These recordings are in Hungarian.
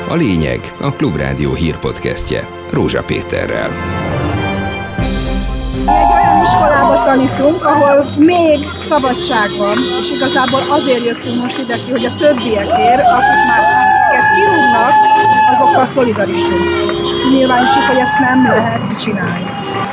A lényeg a Klubrádió hírpodcastje Rózsa Péterrel. Egy olyan iskolába tanítunk, ahol még szabadság van, és igazából azért jöttünk most ide ki, hogy a többiekért, akik már kirúgnak, azokkal szolidarisunk. És kinyilvánítsuk, hogy ezt nem lehet csinálni.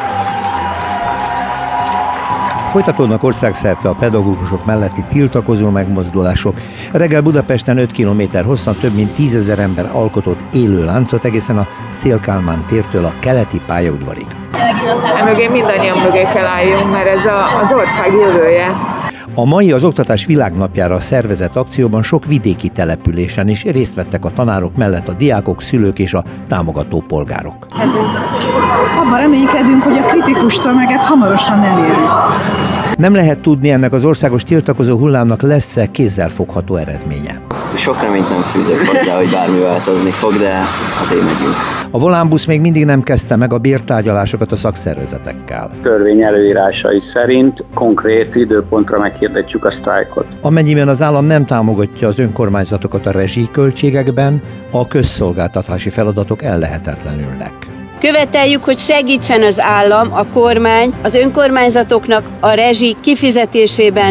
Folytatódnak országszerte a pedagógusok melletti tiltakozó megmozdulások. Reggel Budapesten 5 kilométer hosszan több mint 10 000 ember alkotott élő láncot egészen a Széll-Kálmán tértől a keleti pályaudvarig. Emögé mindannyian mögé kell álljunk, mert ez az ország jövője. A mai az Oktatás Világnapjára szervezett akcióban sok vidéki településen is részt vettek a tanárok mellett a diákok, szülők és a támogató polgárok. Abban reménykedünk, hogy a kritikus tömeget hamarosan elérjük. Nem lehet tudni, ennek az országos tiltakozó hullámnak lesz-e kézzelfogható eredménye. Sok reményt nem fűzök hozzá, hogy bármi változni fog, de azért megyünk. A Volánbusz még mindig nem kezdte meg a bértárgyalásokat a szakszervezetekkel. Törvény előírásai szerint konkrét időpontra meghirdetjük a sztrájkot. Amennyiben az állam nem támogatja az önkormányzatokat a rezsiköltségekben, a közszolgáltatási feladatok ellehetetlenülnek. Követeljük, hogy segítsen az állam, a kormány, az önkormányzatoknak a rezsi kifizetésében.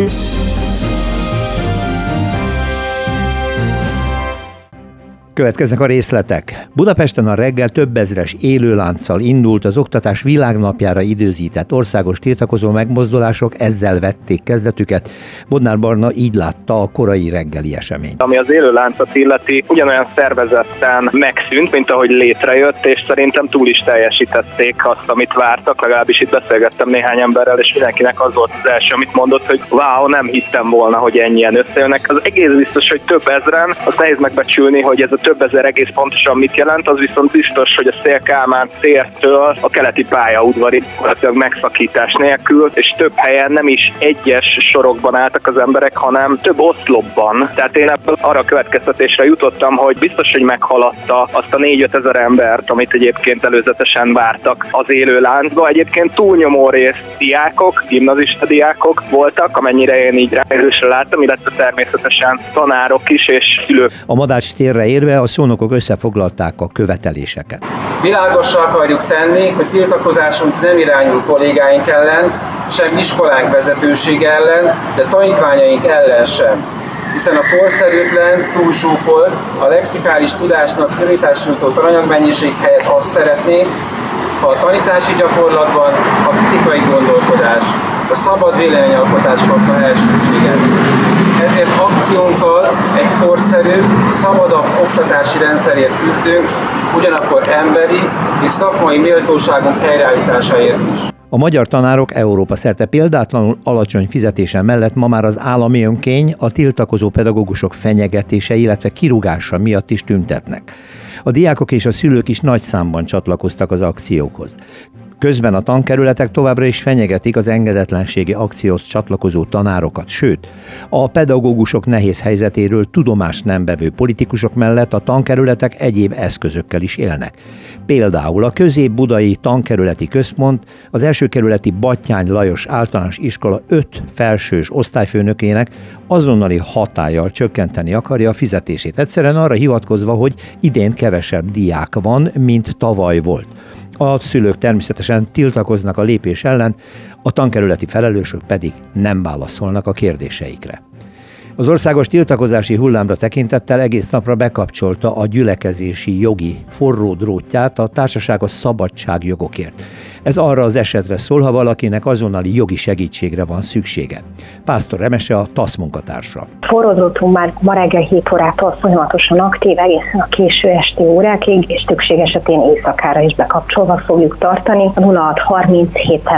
Következnek a részletek. Budapesten a reggel több ezres élőlánccal indult az Oktatás Világnapjára időzített országos tiltakozó megmozdulások, ezzel vették kezdetüket. Bodnár Barna így látta a korai reggeli eseményt. Ami az élőláncot illeti, ugyanolyan szervezetten megszűnt, mint ahogy létrejött, és szerintem túl is teljesítették azt, amit vártak. Legalábbis itt beszélgettem néhány emberrel, és mindenkinek az volt az első, amit mondott, hogy wow, nem hittem volna, hogy ennyien összejönnek. Az egész biztos, hogy több ezren, azt nehéz megbecsülni, hogy ez a több ezer egész pontosan mit jelent, az viszont biztos, hogy a Széll-Kálmán tértől a keleti pályaudvarig gyakorlatilag megszakítás nélkül, és több helyen nem is egyes sorokban álltak az emberek, hanem több oszlopban. Tehát én ebből arra a következtetésre jutottam, hogy biztos, hogy meghaladta azt a 4-5 ezer embert, amit egyébként előzetesen vártak az élő láncba. Egyébként túlnyomó rész diákok, gimnazista diákok voltak, amennyire én így ránézésre láttam, illetve természetesen tanárok is és szülők. A Madács térre érve a szónokok összefoglalták a követeléseket. Világossá akarjuk tenni, hogy tiltakozásunk nem irányul kollégáink ellen, sem iskolánk vezetősége ellen, de tanítványaink ellen sem. Hiszen a korszerűtlen, túlzsúfolt, a lexikális tudásnak prioritást nyújtó tananyagmennyiség helyett azt szeretnénk, ha a tanítási gyakorlatban a kritikai gondolkodás, a szabad véleményalkotás kapna elsőbséget. Ezért akciónkkal egy korszerű, szabadabb oktatási rendszerért küzdünk, ugyanakkor emberi és szakmai méltóságunk helyreállításáért is. A magyar tanárok Európa szerte példátlanul alacsony fizetése mellett ma már az állami önkény, a tiltakozó pedagógusok fenyegetése, illetve kirúgása miatt is tüntetnek. A diákok és a szülők is nagy számban csatlakoztak az akciókhoz. Közben a tankerületek továbbra is fenyegetik az engedetlenségi akcióhoz csatlakozó tanárokat, sőt, a pedagógusok nehéz helyzetéről tudomást nem vevő politikusok mellett a tankerületek egyéb eszközökkel is élnek. Például a Közép-Budai Tankerületi Központ az első kerületi Batthyány Lajos általános iskola 5 felsős osztályfőnökének azonnali hatállyal csökkenteni akarja a fizetését. Egyszerűen arra hivatkozva, hogy idén kevesebb diák van, mint tavaly volt. A szülők természetesen tiltakoznak a lépés ellen, a tankerületi felelősök pedig nem válaszolnak a kérdéseikre. Az országos tiltakozási hullámra tekintettel egész napra bekapcsolta a gyülekezési jogi forró drótját a Társaságos Szabadságjogokért. Ez arra az esetre szól, ha valakinek azonnali jogi segítségre van szüksége. Pásztor Emese, a TASZ munkatársa. Forró drótunk már ma reggel 7 órától folyamatosan aktív, egészen a késő esti órákig, és szükség esetén éjszakára is bekapcsolva fogjuk tartani. A 0630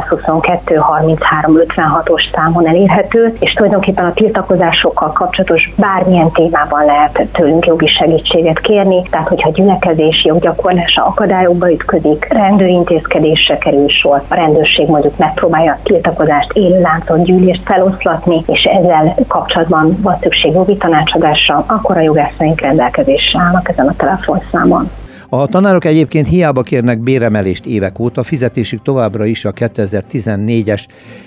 722 33 56-os számon elérhető, és tulajdonképpen a tiltakozásokkal kapcsolatos bármilyen témában lehet tőlünk jogi segítséget kérni, tehát hogyha gyülekezési joggyakorlása akadályokba ütközik, rendőrintézkedésre kerül sor, a rendőrség mondjuk megpróbálja a tiltakozást, élőláncot, gyűlést feloszlatni, és ezzel kapcsolatban van szükség jogi tanácsadásra, akkor a jogászaink rendelkezésre állnak ezen a telefonszámon. A tanárok egyébként hiába kérnek béremelést évek óta, fizetésük továbbra is a 2014-es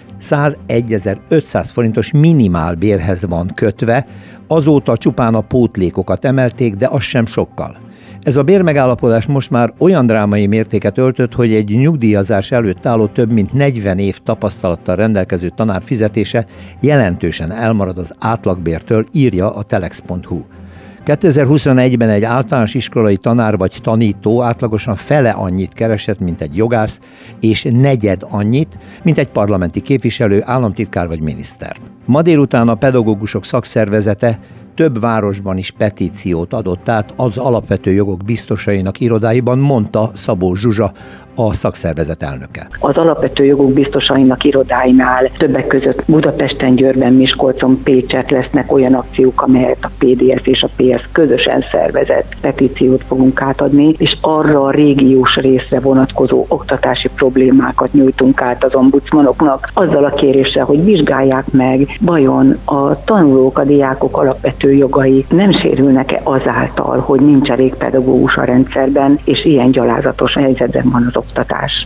101.500 forintos minimálbérhez van kötve, azóta csupán a pótlékokat emelték, de az sem sokkal. Ez a bérmegállapodás most már olyan drámai mértéket öltött, hogy egy nyugdíjazás előtt álló több mint 40 év tapasztalattal rendelkező tanár fizetése jelentősen elmarad az átlagbértől, írja a telex.hu. 2021-ben egy általános iskolai tanár vagy tanító átlagosan fele annyit keresett, mint egy jogász, és negyed annyit, mint egy parlamenti képviselő, államtitkár vagy miniszter. Ma délután a pedagógusok szakszervezete több városban is petíciót adott át az alapvető jogok biztosainak irodáiban, mondta Szabó Zsuzsa, a szakszervezet elnöke. Az alapvető jogok biztosainak irodáinál többek között Budapesten, Győrben, Miskolcon, Pécset lesznek olyan akciók, amelyet a PDS és a PS közösen szervezett petíciót fogunk átadni, és arra a régiós részre vonatkozó oktatási problémákat nyújtunk át az ombudsmanoknak, azzal a kéréssel, hogy vizsgálják meg, vajon a tanulók, a diákok alapvető jogai nem sérülnek-e azáltal, hogy nincs elég pedagógus a rendszerben, és ilyen gyalázatos helyzetben van az oktatás.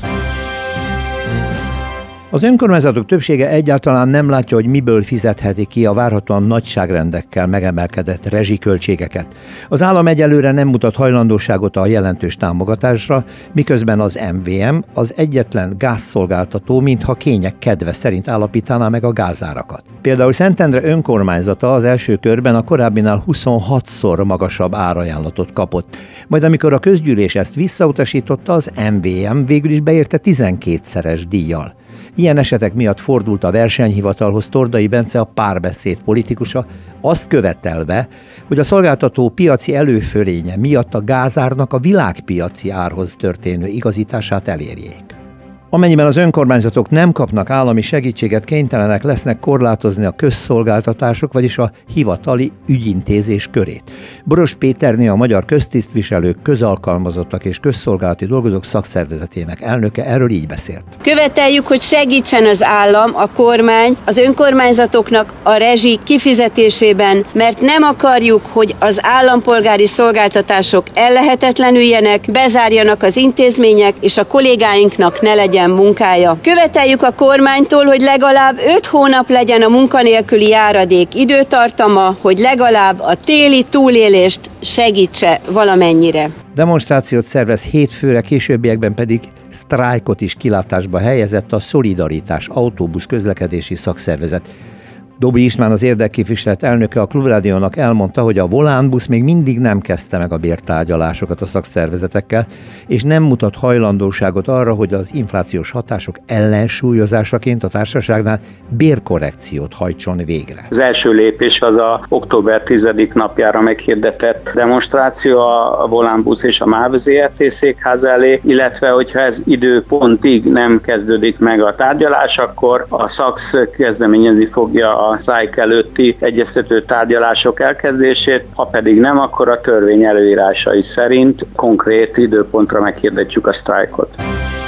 Az önkormányzatok többsége egyáltalán nem látja, hogy miből fizetheti ki a várhatóan nagyságrendekkel megemelkedett rezsiköltségeket. Az állam egyelőre nem mutat hajlandóságot a jelentős támogatásra, miközben az MVM az egyetlen gázszolgáltató, mintha kények kedve szerint állapítaná meg a gázárakat. Például Szentendre önkormányzata az első körben a korábbinál 26-szor magasabb árajánlatot kapott. Majd amikor a közgyűlés ezt visszautasította, az MVM végül is beérte 12-szeres díjjal. Ilyen esetek miatt fordult a versenyhivatalhoz Tordai Bence, a Párbeszéd politikusa, azt követelve, hogy a szolgáltató piaci előfölénye miatt a gázárnak a világpiaci árhoz történő igazítását elérjék. Amennyiben az önkormányzatok nem kapnak állami segítséget, kénytelenek lesznek korlátozni a közszolgáltatások, vagyis a hivatali ügyintézés körét. Boros Péterné, a Magyar Köztisztviselők, Közalkalmazottak és Közszolgálati Dolgozók Szakszervezetének elnöke erről így beszélt. Követeljük, hogy segítsen az állam, a kormány az önkormányzatoknak a rezsi kifizetésében, mert nem akarjuk, hogy az állampolgári szolgáltatások ellehetetlenüljenek, bezárjanak az intézmények, és a kollégáinknak ne legyen munkája. Követeljük a kormánytól, hogy legalább 5 hónap legyen a munkanélküli járadék időtartama, hogy legalább a téli túlélést segítse valamennyire. Demonstrációt szervez hétfőre, későbbiekben pedig sztrájkot is kilátásba helyezett a Szolidaritás autóbusz közlekedési szakszervezet. Dobi István, az érdekképviselet elnöke a Klubrádiónak elmondta, hogy a Volánbusz még mindig nem kezdte meg a bértárgyalásokat a szakszervezetekkel, és nem mutat hajlandóságot arra, hogy az inflációs hatások ellensúlyozásaként a társaságnál bérkorrekciót hajtson végre. Az első lépés az a október 10. napjára meghirdetett demonstráció a Volánbusz és a MÁV ZRT székház elé, illetve hogyha ez időpontig nem kezdődik meg a tárgyalás, akkor a SZAKSZ kezdeményezni fogja a sztrájk előtti egyeztető tárgyalások elkezdését, ha pedig nem, akkor a törvény előírásai szerint konkrét időpontra meghirdetjük a sztrájkot.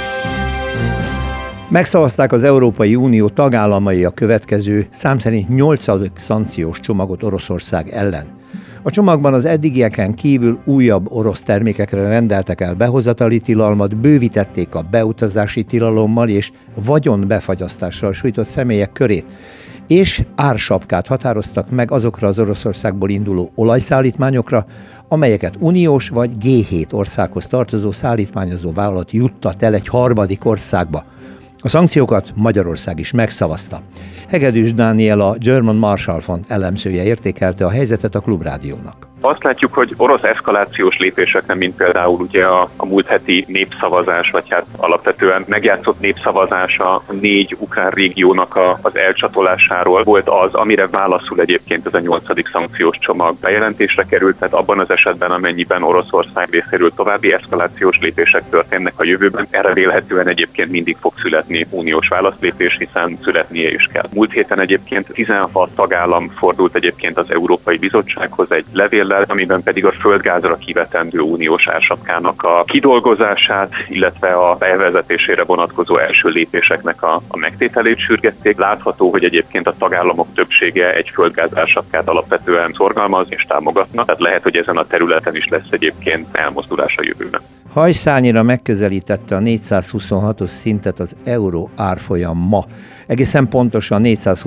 Megszavazták az Európai Unió tagállamai a következő, szám szerint 8. szankciós csomagot Oroszország ellen. A csomagban az eddigieken kívül újabb orosz termékekre rendeltek el behozatali tilalmat, bővítették a beutazási tilalommal és vagyonbefagyasztással sújtott személyek körét, és ársapkát határoztak meg azokra az Oroszországból induló olajszállítmányokra, amelyeket uniós vagy G7 országhoz tartozó szállítmányozó vállalat juttat el egy harmadik országba. A szankciókat Magyarország is megszavazta. Hegedűs Dániel, a German Marshall Fund elemzője értékelte a helyzetet a Klubrádiónak. Azt látjuk, hogy orosz eszkalációs lépések, mint például ugye a múlt heti népszavazás, vagy hát alapvetően megjátszott népszavazás a 4 ukrán régiónak az elcsatolásáról volt az, amire válaszul egyébként ez a 8. szankciós csomag bejelentésre került, tehát abban az esetben, amennyiben Oroszország részéről további eszkalációs lépések történnek a jövőben, erre vélhetően egyébként mindig fog születni uniós válaszlépés, hiszen születnie is kell. Múlt héten egyébként 16 tagállam fordult egyébként az Európai Bizottsághoz egy levél, amiben pedig a földgázra kivetendő uniós ársapkának a kidolgozását, illetve a bevezetésére vonatkozó első lépéseknek a megtételét sürgették. Látható, hogy egyébként a tagállamok többsége egy földgáz ársapkát alapvetően szorgalmaz és támogatna, tehát lehet, hogy ezen a területen is lesz egyébként elmozdulás a jövőben. Hajszárnyira megközelítette a 426-os szintet az euró árfolyam ma. Egészen pontosan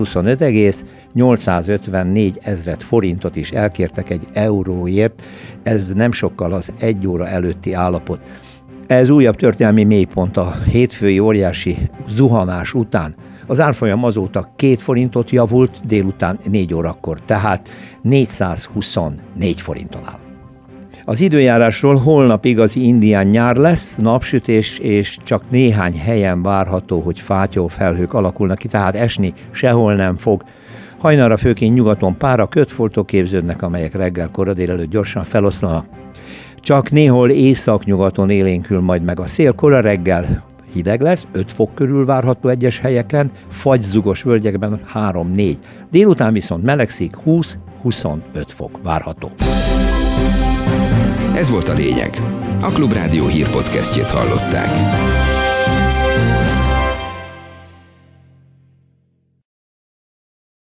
425,854 ezred forintot is elkértek egy euróért, ez nem sokkal az 1 óra előtti állapot. Ez újabb történelmi mélypont a hétfői óriási zuhanás után. Az árfolyam azóta 2 forintot javult, délután 4 órakor, tehát 424 forinton áll. Az időjárásról: holnap igazi indián nyár lesz, napsütés, és csak néhány helyen várható, hogy fátyolfelhők alakulnak ki, tehát esni sehol nem fog. Hajnalra főként nyugaton pára, kötfoltok képződnek, amelyek reggel kora délelőtt gyorsan feloszlanak. Csak néhol északnyugaton élénkül majd meg a szél, kora reggel hideg lesz, 5 fok körül várható egyes helyeken, fagyzugos völgyekben 3-4. Délután viszont melegszik, 20-25 fok várható. Ez volt a lényeg. A Klubrádió hírpodcastjét hallották.